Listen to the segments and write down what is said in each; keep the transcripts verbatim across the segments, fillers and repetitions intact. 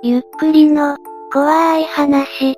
ゆっくりの、怖い話。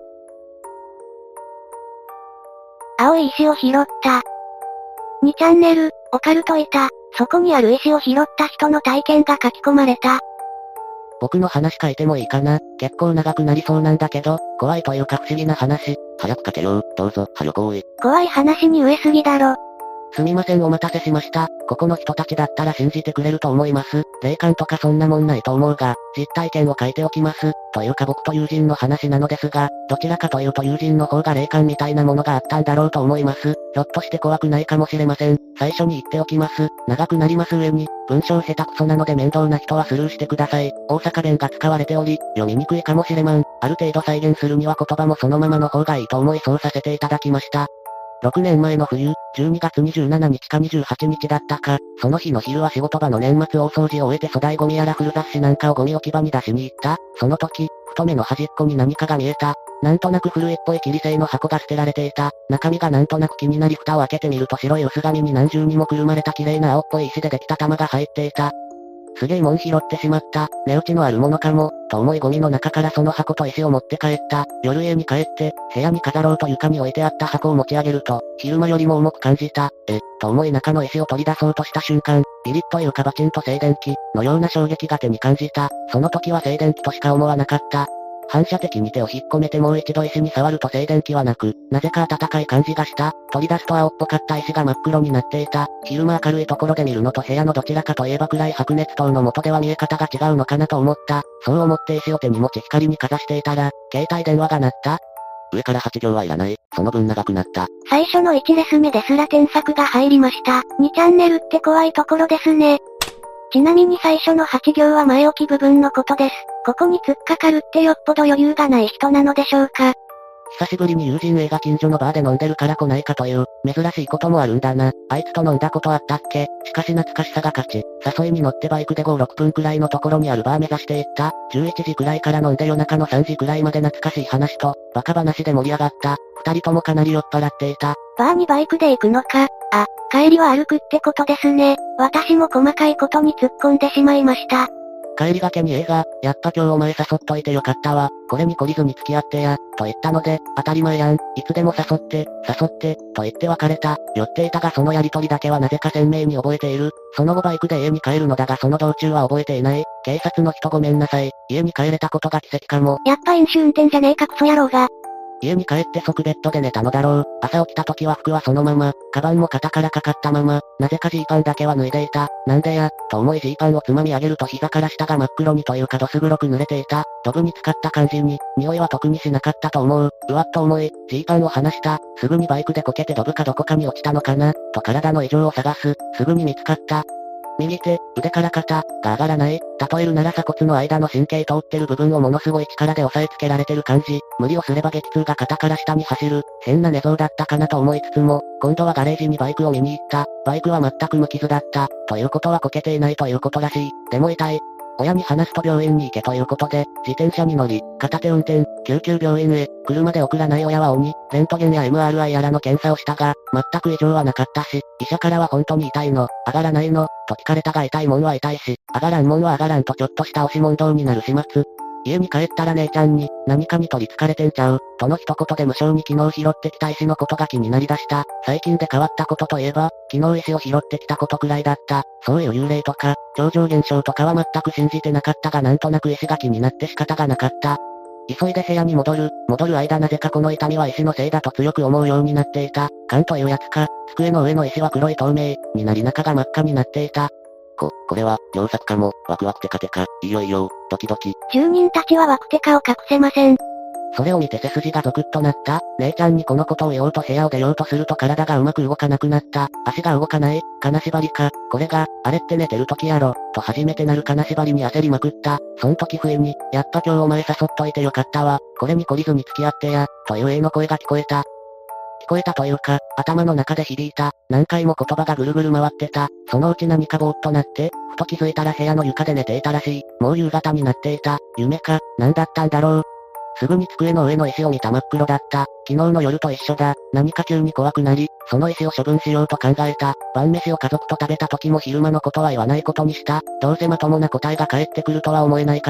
青い石を拾った。にチャンネル、オカルトいた。そこにある石を拾った人の体験が書き込まれた。 僕の話書いてもいいかな。結構長くなりそうなんだけど、怖いというか不思議な話。早く書けよ、どうぞ、はよ来い。 怖い話に飢えすぎだろ。 すみませんお待たせしました。ここの人たちだったら信じてくれると思います。霊感とかそんなもんないと思うが、実体験を書いておきます。というか僕と友人の話なのですが、どちらかというと友人の方が霊感みたいなものがあったんだろうと思います。ひょっとして怖くないかもしれません。最初に言っておきます。長くなります上に、文章下手くそなので面倒な人はスルーしてください。大阪弁が使われており、読みにくいかもしれまん。ある程度再現するには言葉もそのままの方がいいと思いそうさせていただきました。ろくねんまえの冬、じゅうにがつにじゅうしちにちかにじゅうはちにちだったか、その日の昼は仕事場の年末大掃除を終えて粗大ゴミやら古雑誌なんかをゴミ置き場に出しに行った。その時、太めの端っこに何かが見えた。なんとなく古いっぽい霧製の箱が捨てられていた。中身がなんとなく気になり蓋を開けてみると白い薄紙に何重にもくるまれた綺麗な青っぽい石でできた玉が入っていた。すげえもん拾ってしまった。値打ちのあるものかも、と思いゴミの中からその箱と石を持って帰った。夜家に帰って、部屋に飾ろうと床に置いてあった箱を持ち上げると、昼間よりも重く感じた。え、と思い中の石を取り出そうとした瞬間、ビリッというかバチンと静電気、のような衝撃が手に感じた。その時は静電気としか思わなかった。反射的に手を引っ込めてもう一度石に触ると静電気はなく、なぜか暖かい感じがした。取り出すと青っぽかった石が真っ黒になっていた。昼間明るいところで見るのと部屋のどちらかといえば暗い白熱灯の下では見え方が違うのかなと思った。そう思って石を手に持ち光にかざしていたら、携帯電話が鳴った。上からはち行はいらない。その分長くなった。 最初のいちレス目ですら添削が入りました。にチャンネルって怖いところですね。ちなみに最初のはち行は前置き部分のことです。ここに突っかかるってよっぽど余裕がない人なのでしょうか。 久しぶりに友人 A が近所のバーで飲んでるから来ないかという、珍しいこともあるんだな。あいつと飲んだことあったっけ。しかし懐かしさが勝ち、誘いに乗ってバイクでご、ろっぷんくらいのところにあるバー目指して行った。じゅういちじくらいから飲んで夜中のさんじくらいまで懐かしい話と、バカ話で盛り上がった。二人ともかなり酔っ払っていた。 バーにバイクで行くのか。あ、帰りは歩くってことですね。私も細かいことに突っ込んでしまいました。 帰りがけに A が、やっぱ今日お前誘っといてよかったわ。これに懲りずに付き合ってや、と言ったので、当たり前やん。いつでも誘って、誘って、と言って別れた。酔っていたがそのやりとりだけはなぜか鮮明に覚えている。その後バイクで家に帰るのだがその道中は覚えていない。警察の人ごめんなさい。家に帰れたことが奇跡かも。 やっぱ飲酒運転じゃねえかクソ野郎が。 家に帰って即ベッドで寝たのだろう。朝起きた時は服はそのまま、カバンも肩からかかったまま、なぜかジーパンだけは脱いでいた。なんでや、と思いジーパンをつまみ上げると膝から下が真っ黒にというかどす黒く濡れていた。ドブに浸かった感じに、匂いは特にしなかったと思う。うわっと思い、ジーパンを離した。すぐにバイクでこけてドブかどこかに落ちたのかな、と体の異常を探す。すぐに見つかった。右手、腕から肩、が上がらない。例えるなら鎖骨の間の神経通ってる部分をものすごい力で押さえつけられてる感じ。無理をすれば激痛が肩から下に走る。変な寝相だったかなと思いつつも、今度はガレージにバイクを見に行った。バイクは全く無傷だった。ということはこけていないということらしい。でも痛い。親に話すと病院に行けということで、自転車に乗り、片手運転、救急病院へ、車で送らない親は鬼、レントゲンや エムアールアイ やらの検査をしたが、全く異常はなかったし、医者からは本当に痛いの、上がらないの、と聞かれたが痛いもんは痛いし、上がらんもんは上がらんとちょっとした押し問答になる始末。家に帰ったら姉ちゃんに、何かに取り憑かれてんちゃう、との一言で無性に昨日拾ってきた石のことが気になりだした。最近で変わったことといえば、昨日石を拾ってきたことくらいだった。そういう幽霊とか、超常現象とかは全く信じてなかったがなんとなく石が気になって仕方がなかった。急いで部屋に戻る、戻る間なぜかこの痛みは石のせいだと強く思うようになっていた。缶というやつか、机の上の石は黒い透明、になり中が真っ赤になっていた。こ、これは、良作かも、ワクワクテカテカ、いよいよ、ドキドキ。 住人たちはワクテカを隠せません。 それを見て背筋がゾクッとなった。姉ちゃんにこのことを言おうと部屋を出ようとすると体がうまく動かなくなった。足が動かない、金縛りか、これが、あれって寝てる時やろ、と初めてなる金縛りに焦りまくった。そん時不意に、やっぱ今日お前誘っといてよかったわ、これに懲りずに付き合ってや、という A の声が聞こえた。聞こえたというか、頭の中で響いた。何回も言葉がぐるぐる回ってた。そのうち何かぼーっとなって、ふと気づいたら部屋の床で寝ていたらしい。もう夕方になっていた。夢か、何だったんだろう。すぐに机の上の石を見た真っ黒だった。昨日の夜と一緒だ。何か急に怖くなり、その石を処分しようと考えた。晩飯を家族と食べた時も昼間のことは言わないことにした。どうせまともな答えが返ってくるとは思えないから、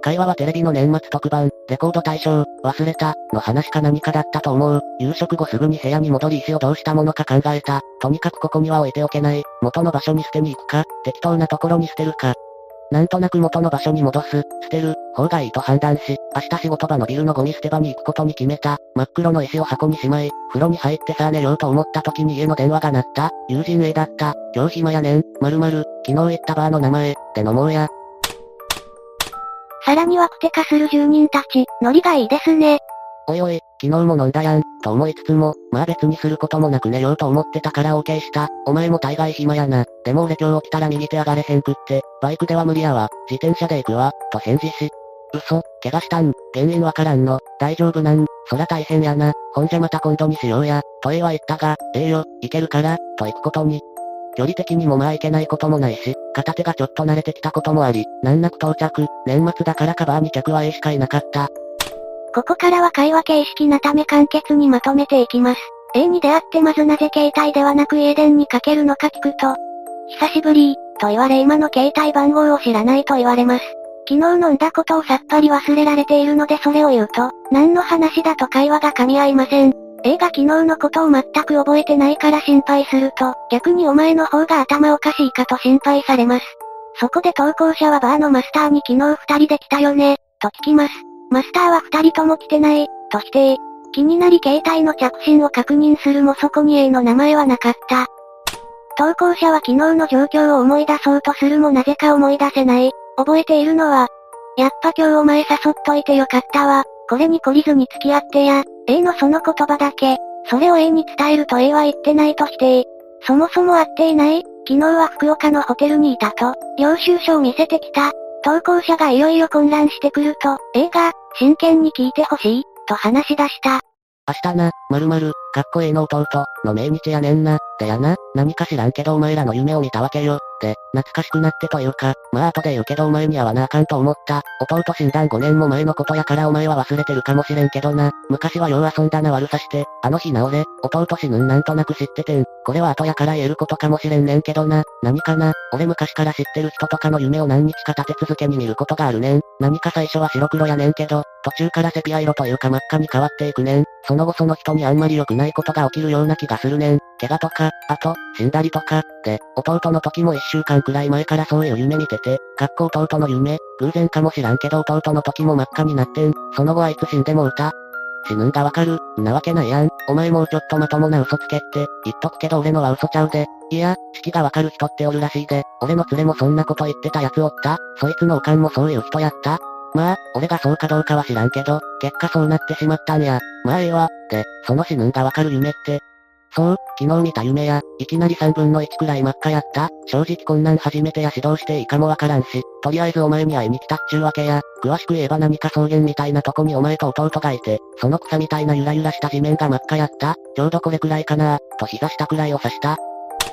会話はテレビの年末特番、レコード大賞、忘れた、の話か何かだったと思う。夕食後すぐに部屋に戻り石をどうしたものか考えた。とにかくここには置いておけない。元の場所に捨てに行くか、適当なところに捨てるか。なんとなく元の場所に戻す、捨てる、方がいいと判断し、明日仕事場のビルのゴミ捨て場に行くことに決めた。真っ黒の石を箱にしまい、風呂に入ってさあ寝ようと思った時に家の電話が鳴った。友人 A だった。今日暇やねん、〇〇、昨日行ったバーの名前、で飲もうや。 さらにはクテ化する住人たち、ノリがいいですね。 おいおい、昨日も飲んだやん、と思いつつも、まあ別にすることもなく寝ようと思ってたから OK した。お前も大概暇やな。でも俺今日起きたら右手上がれへんくって、バイクでは無理やわ、自転車で行くわ、と返事し。嘘、怪我したん、原因わからんの、大丈夫なん、そら大変やな、ほんじゃまた今度にしようや、と A は言ったが、ええよ、行けるから、と行くことに。距離的にもまあ行けないこともないし、片手がちょっと慣れてきたこともあり、難なく到着、年末だからカバーに客は A しかいなかった。 ここからは会話形式なため簡潔にまとめていきます。A に出会ってまずなぜ携帯ではなく家電にかけるのか聞くと、久しぶり、と言われ今の携帯番号を知らないと言われます。昨日飲んだことをさっぱり忘れられているのでそれを言うと、何の話だと会話が噛み合いません。A が昨日のことを全く覚えてないから心配すると、逆にお前の方が頭おかしいかと心配されます。そこで投稿者はバーのマスターに昨日二人で来たよね、と聞きます。マスターは二人とも来てない、と否定。気になり携帯の着信を確認するもそこに A の名前はなかった。投稿者は昨日の状況を思い出そうとするもなぜか思い出せない。覚えているのは、やっぱ今日お前誘っといてよかったわ。これに懲りずに付き合ってや。A のその言葉だけ。それを A に伝えると A は言ってないと否定。そもそも会っていない。昨日は福岡のホテルにいたと、領収書を見せてきた。投稿者がいよいよ混乱してくると、A が、真剣に聞いてほしい、と話し出した。 明日な、〇〇、かっこ A の弟、の命日やねんな。でやな、何か知らんけどお前らの夢を見たわけよ。で、懐かしくなってというか、まあ後で言うけどお前に会わなあかんと思った。弟死んだんごねんも前のことやからお前は忘れてるかもしれんけどな。昔はよう遊んだな悪さして、あの日な俺、弟死ぬんなんとなく知っててん。これは後やから言えることかもしれんねんけどな。何かな、俺昔から知ってる人とかの夢を何日か立て続けに見ることがあるねん。何か最初は白黒やねんけど、途中からセピア色というか真っ赤に変わっていくねん。その後その人にあんまり良くないことが起きるような気がするねん。怪我とか、あと、死んだりとか、で、弟の時も一週間くらい前からそういう夢見てて、かっこ弟の夢、偶然かもしらんけど弟の時も真っ赤になってん。その後あいつ死んでもうた。死ぬんがわかる、んなわけないやん。お前もうちょっとまともな嘘つけって、言っとくけど俺のは嘘ちゃうで。いや、式がわかる人っておるらしいで、俺の連れもそんなこと言ってたやつおった。そいつのおかんもそういう人やった。まあ、俺がそうかどうかは知らんけど、結果そうなってしまったんや。まあええわ。で、その死ぬんがわかる夢って。そう、昨日見た夢や、いきなりさんぶんのいちくらい真っ赤やった。正直こんなん初めてや指導していいかもわからんし、とりあえずお前に会いに来たっちゅうわけや。詳しく言えば何か草原みたいなとこにお前と弟がいて、その草みたいなゆらゆらした地面が真っ赤やった。ちょうどこれくらいかなと膝下くらいを指した。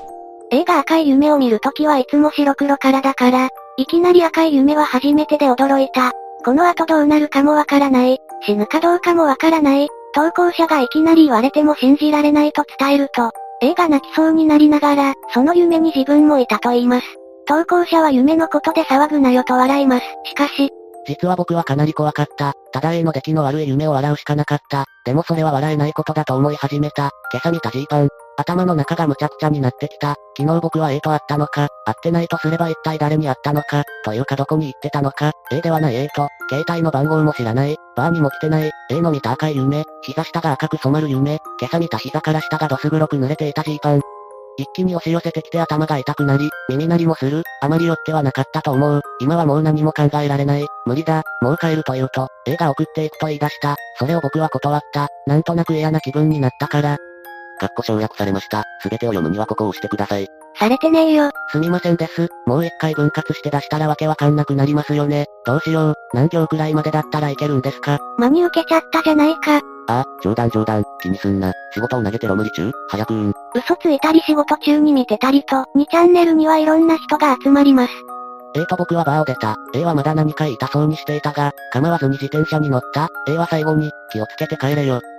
A が赤い夢を見るときはいつも白黒からだから、いきなり赤い夢は初めてで驚いた。この後どうなるかもわからない。死ぬかどうかもわからない。投稿者がいきなり言われても信じられないと伝えると、A が泣きそうになりながら、その夢に自分もいたと言います。投稿者は夢のことで騒ぐなよと笑います。しかし、 実は僕はかなり怖かった。ただ A の出来の悪い夢を笑うしかなかった。でもそれは笑えないことだと思い始めた。今朝見たジーパン。頭の中がむちゃくちゃになってきた。昨日僕は A と会ったのか、会ってないとすれば一体誰に会ったのか、というかどこに行ってたのか、A ではない A と、携帯の番号も知らない、バーにも来てない、A の見た赤い夢、膝下が赤く染まる夢、今朝見た膝から下がどす黒く濡れていたジーパン。一気に押し寄せてきて頭が痛くなり、耳鳴りもする、あまり寄ってはなかったと思う。今はもう何も考えられない、無理だ、もう帰ると言うと、A が送っていくと言い出した。それを僕は断った。なんとなく嫌な気分になったから。かっこ省略されました。すべてを読むにはここを押してください。 されてねえよ。 すみませんです。もう一回分割して出したらわけわかんなくなりますよね。どうしよう。何行くらいまでだったらいけるんですか？ 真に受けちゃったじゃないか。 ああ、冗談冗談。気にすんな。仕事を投げてろ無理中早くーん。 嘘ついたり仕事中に見てたりと、にチャンネルにはいろんな人が集まります。 A と僕はバーを出た。A はまだ何か痛そうにしていたが、構わずに自転車に乗った。A は最後に、気をつけて帰れよ。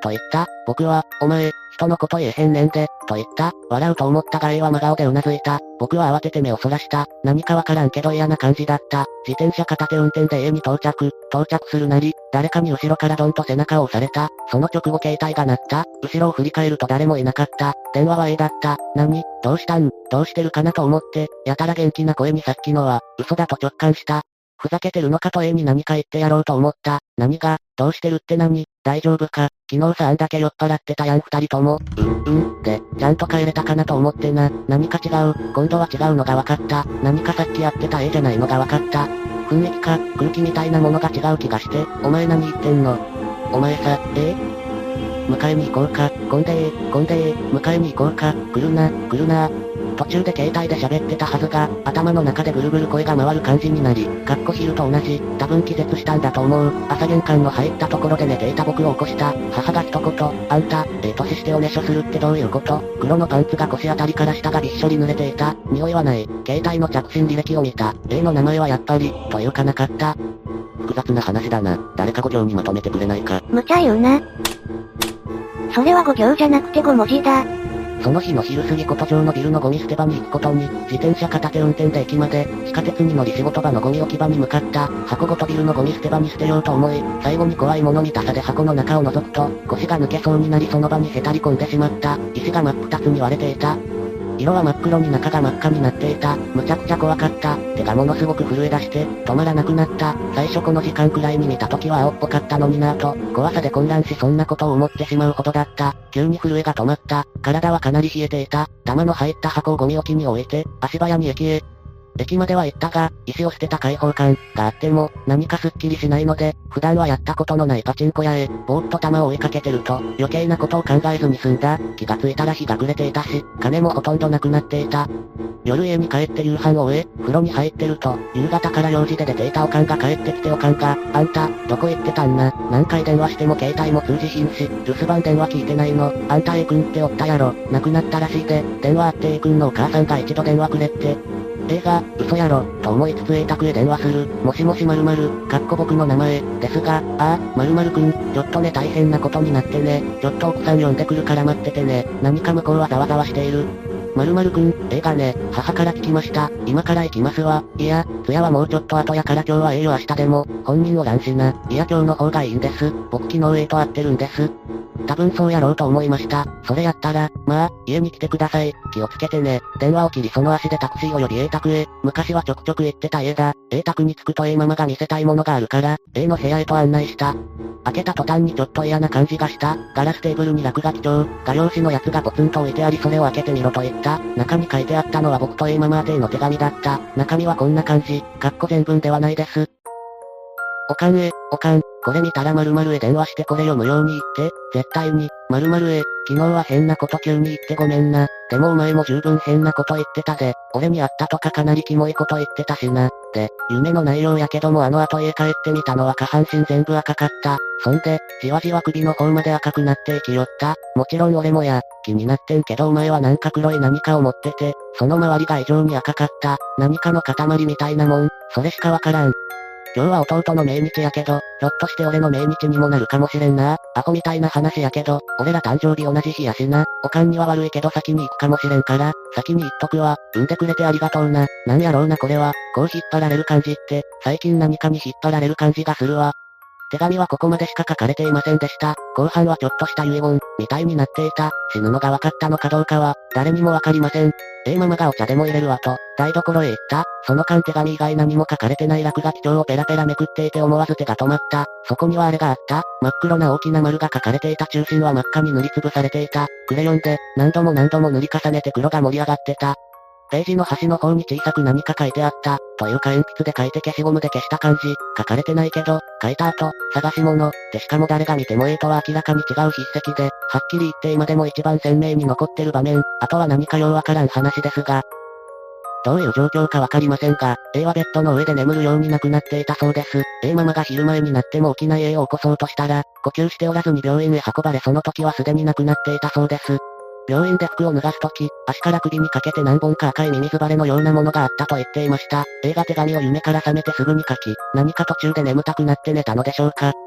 と言った。僕は、お前、人のこと言えへんねんで、と言った。笑うと思ったが A は真顔でうなずいた。僕は慌てて目をそらした。何かわからんけど嫌な感じだった。自転車片手運転で A に到着。到着するなり、誰かに後ろからドンと背中を押された。その直後携帯が鳴った。後ろを振り返ると誰もいなかった。電話は A だった。何？どうしたん？どうしてるかなと思って、やたら元気な声にさっきのは、嘘だと直感した。ふざけてるのかと A に何か言ってやろうと思った。何が？どうしてるって何？大丈夫か？昨日さあんだけ酔っ払ってたやん二人とも。うん、うん。で、ちゃんと帰れたかなと思ってな。何か違う。今度は違うのが分かった。何かさっきやってた A じゃないのが分かった。雰囲気か、空気みたいなものが違う気がして。お前何言ってんの？お前さ、え？迎えに行こうか。こんでえ、こんでえ、迎えに行こうか。来るな、来るな。途中で携帯で喋ってたはずが、頭の中でぐるぐる声が回る感じになり、かっこ昼と同じ、多分気絶したんだと思う。朝玄関の入ったところで寝ていた僕を起こした。母が一言、あんた、ええ年しておねしょするってどういうこと？黒のパンツが腰あたりから下がびっしょり濡れていた。匂いはない。携帯の着信履歴を見た。A の名前はやっぱり、というかなかった。複雑な話だな。誰かご行にまとめてくれないか。 無茶言うな。それはご行じゃなくてご文字だ。 その日の昼過ぎこと上のビルのゴミ捨て場に行くことに、自転車片手運転で駅まで、地下鉄に乗り仕事場のゴミ置き場に向かった。箱ごとビルのゴミ捨て場に捨てようと思い、最後に怖いもの見たさで箱の中を覗くと、腰が抜けそうになりその場にへたり込んでしまった。石が真っ二つに割れていた。色は真っ黒に中が真っ赤になっていた。むちゃくちゃ怖かった。手がものすごく震え出して、止まらなくなった。最初この時間くらいに見た時は青っぽかったのになぁと、怖さで混乱しそんなことを思ってしまうほどだった。急に震えが止まった。体はかなり冷えていた。弾の入った箱をゴミ置きに置いて、足早に駅へ。駅までは行ったが、石を捨てた開放感があっても、何かすっきりしないので、普段はやったことのないパチンコ屋へ、ぼーっと弾を追いかけてると、余計なことを考えずに済んだ。気がついたら日が暮れていたし、金もほとんどなくなっていた。夜家に帰って夕飯を終え、風呂に入ってると、夕方から用事で出ていたおかんが帰ってきておかんが、あんた、どこ行ってたんな、何回電話しても携帯も通じひんし、留守番電話聞いてないの、あんた A 君っておったやろ、亡くなったらしいで、電話あって A 君のお母さんが一度電話くれって。A が、嘘やろ、と思いつつ A 宅へ電話する。もしもし〇〇、かっこ僕の名前、ですが、ああ、〇〇くん、ちょっとね大変なことになってね、ちょっと奥さん呼んでくるから待っててね、何か向こうはざわざわしている。〇〇くん、A がね、母から聞きました。今から行きますわ。いや、通夜はもうちょっと後やから今日は A よ明日でも、本人おらんしな。いや今日の方がいいんです。僕昨日 A と会ってるんです。多分そうやろうと思いました。それやったら、まあ、家に来てください。気をつけてね。電話を切りその足でタクシーを呼び A 宅へ。昔はちょくちょく行ってた家だ。A 宅に着くと A ママが見せたいものがあるから、A の部屋へと案内した。開けた途端にちょっと嫌な感じがした。ガラステーブルに落書き帳、画用紙のやつがポツンと置いてありそれを開けてみろと言った。中に書いてあったのは僕と A ママ宛ての手紙だった。中身はこんな感じ。かっこ全文ではないです。おかんへ、おかん、これ見たら〇〇へ電話してこれ読むように言って、絶対に、〇〇へ、昨日は変なこと急に言ってごめんな。でもお前も十分変なこと言ってたで、俺に会ったとかかなりキモいこと言ってたしな。で、夢の内容やけどもあの後家帰ってみたのは下半身全部赤かった。そんで、じわじわ首の方まで赤くなっていきよった。もちろん俺もや、気になってんけどお前はなんか黒い何かを持ってて、その周りが異常に赤かった。何かの塊みたいなもん、それしかわからん。今日は弟の命日やけど、ひょっとして俺の命日にもなるかもしれんな。アホみたいな話やけど、俺ら誕生日同じ日やしな。おかんには悪いけど先に行くかもしれんから、先に言っとくわ。産んでくれてありがとうな。なんやろうなこれは、こう引っ張られる感じって、最近何かに引っ張られる感じがするわ。手紙はここまでしか書かれていませんでした。後半はちょっとした遺言、みたいになっていた。死ぬのが分かったのかどうかは、誰にもわかりません。A ママがお茶でも入れるわと、台所へ行った。その間手紙以外何も書かれてない落書き帳をペラペラめくっていて思わず手が止まった。そこにはあれがあった。真っ黒な大きな丸が書かれていた中心は真っ赤に塗りつぶされていた。クレヨンで、何度も何度も塗り重ねて黒が盛り上がってた。ページの端の方に小さく何か書いてあった。というか鉛筆で書いて消しゴムで消した感じ。書かれてないけど、書いた後、探し物。でしかも誰が見ても A とは明らかに違う筆跡で、はっきり言って今でも一番鮮明に残ってる場面。あとは何かようわからん話ですが。どういう状況かわかりませんが、A はベッドの上で眠るように亡くなっていたそうです。A ママが昼前になっても起きない A を起こそうとしたら、呼吸しておらずに病院へ運ばれその時はすでに亡くなっていたそうです。病院で服を脱がすとき、足から首にかけて何本か赤いミミズバレのようなものがあったと言っていました。A が手紙を夢から覚めてすぐに書き、何か途中で眠たくなって寝たのでしょうか。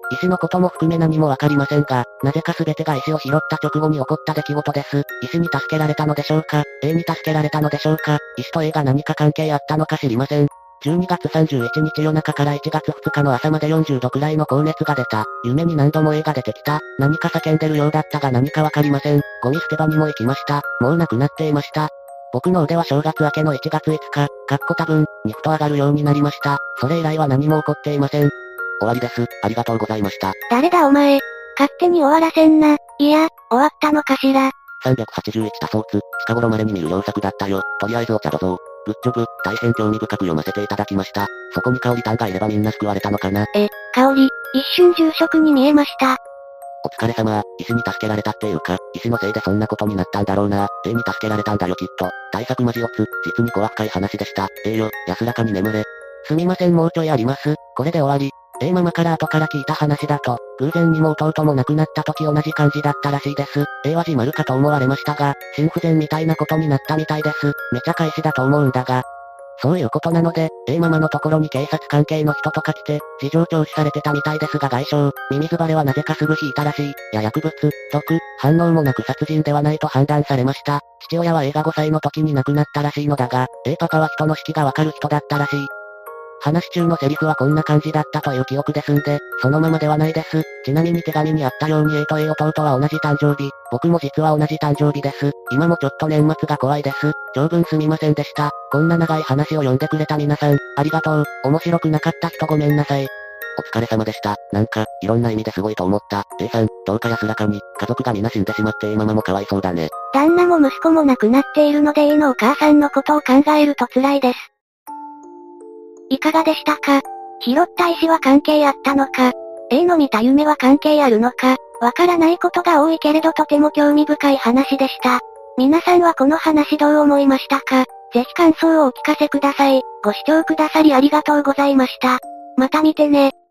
石のことも含め何もわかりませんが、なぜか全てが石を拾った直後に起こった出来事です。石に助けられたのでしょうか？ A に助けられたのでしょうか？石と A が何か関係あったのか知りません。じゅうにがつさんじゅういちにち夜中からいちがつふつかの朝までよんじゅうどくらいの高熱が出た。夢に何度も A が出てきた。何か叫んでるようだったが何かわかりません。ゴミ捨て場にも行きました。もうなくなっていました。僕の腕は正月明けのいちがついつか、かっこ多分、にふと上がるようになりました。それ以来は何も起こっていません。終わりです。ありがとうございました。 誰だお前。勝手に終わらせんな。いや、終わったのかしら。 さんびゃくはちじゅういち多相通、近頃稀に見る良作だったよ。とりあえずお茶どうぞ。グッジョブ、大変興味深く読ませていただきました。そこに香りたんがいればみんな救われたのかな。 え、香り、一瞬住職に見えました。 お疲れ様、石に助けられたっていうか、石のせいでそんなことになったんだろうな。A に助けられたんだよきっと。対策マジオツ、実に怖深い話でした。A よ、安らかに眠れ。すみませんもうちょいあります。これで終わり。A ママから後から聞いた話だと、偶然にも弟も亡くなった時同じ感じだったらしいです。A は自丸かと思われましたが、心不全みたいなことになったみたいです。めちゃ返しだと思うんだが。そういうことなので、A ママのところに警察関係の人とか来て、事情聴取されてたみたいですが外傷、ミミズバレはなぜかすぐ引いたらしい。や薬物、毒、反応もなく殺人ではないと判断されました。父親は A がごさいの時に亡くなったらしいのだが、A パパは人の式がわかる人だったらしい。話中のセリフはこんな感じだったという記憶ですんで、そのままではないです。ちなみに手紙にあったように A と A 弟は同じ誕生日。僕も実は同じ誕生日です。今もちょっと年末が怖いです。長文すみませんでした。こんな長い話を読んでくれた皆さん、ありがとう。面白くなかった人ごめんなさい。お疲れ様でした。なんか、いろんな意味ですごいと思った。A さん、どうか安らかに、家族が皆死んでしまって A ママもかわいそうだね。 旦那も息子も亡くなっているので A のお母さんのことを考えると辛いです。いかがでしたか？拾った石は関係あったのか？ A の見た夢は関係あるのか？わからないことが多いけれどとても興味深い話でした。皆さんはこの話どう思いましたか？ぜひ感想をお聞かせください。ご視聴くださりありがとうございました。また見てね。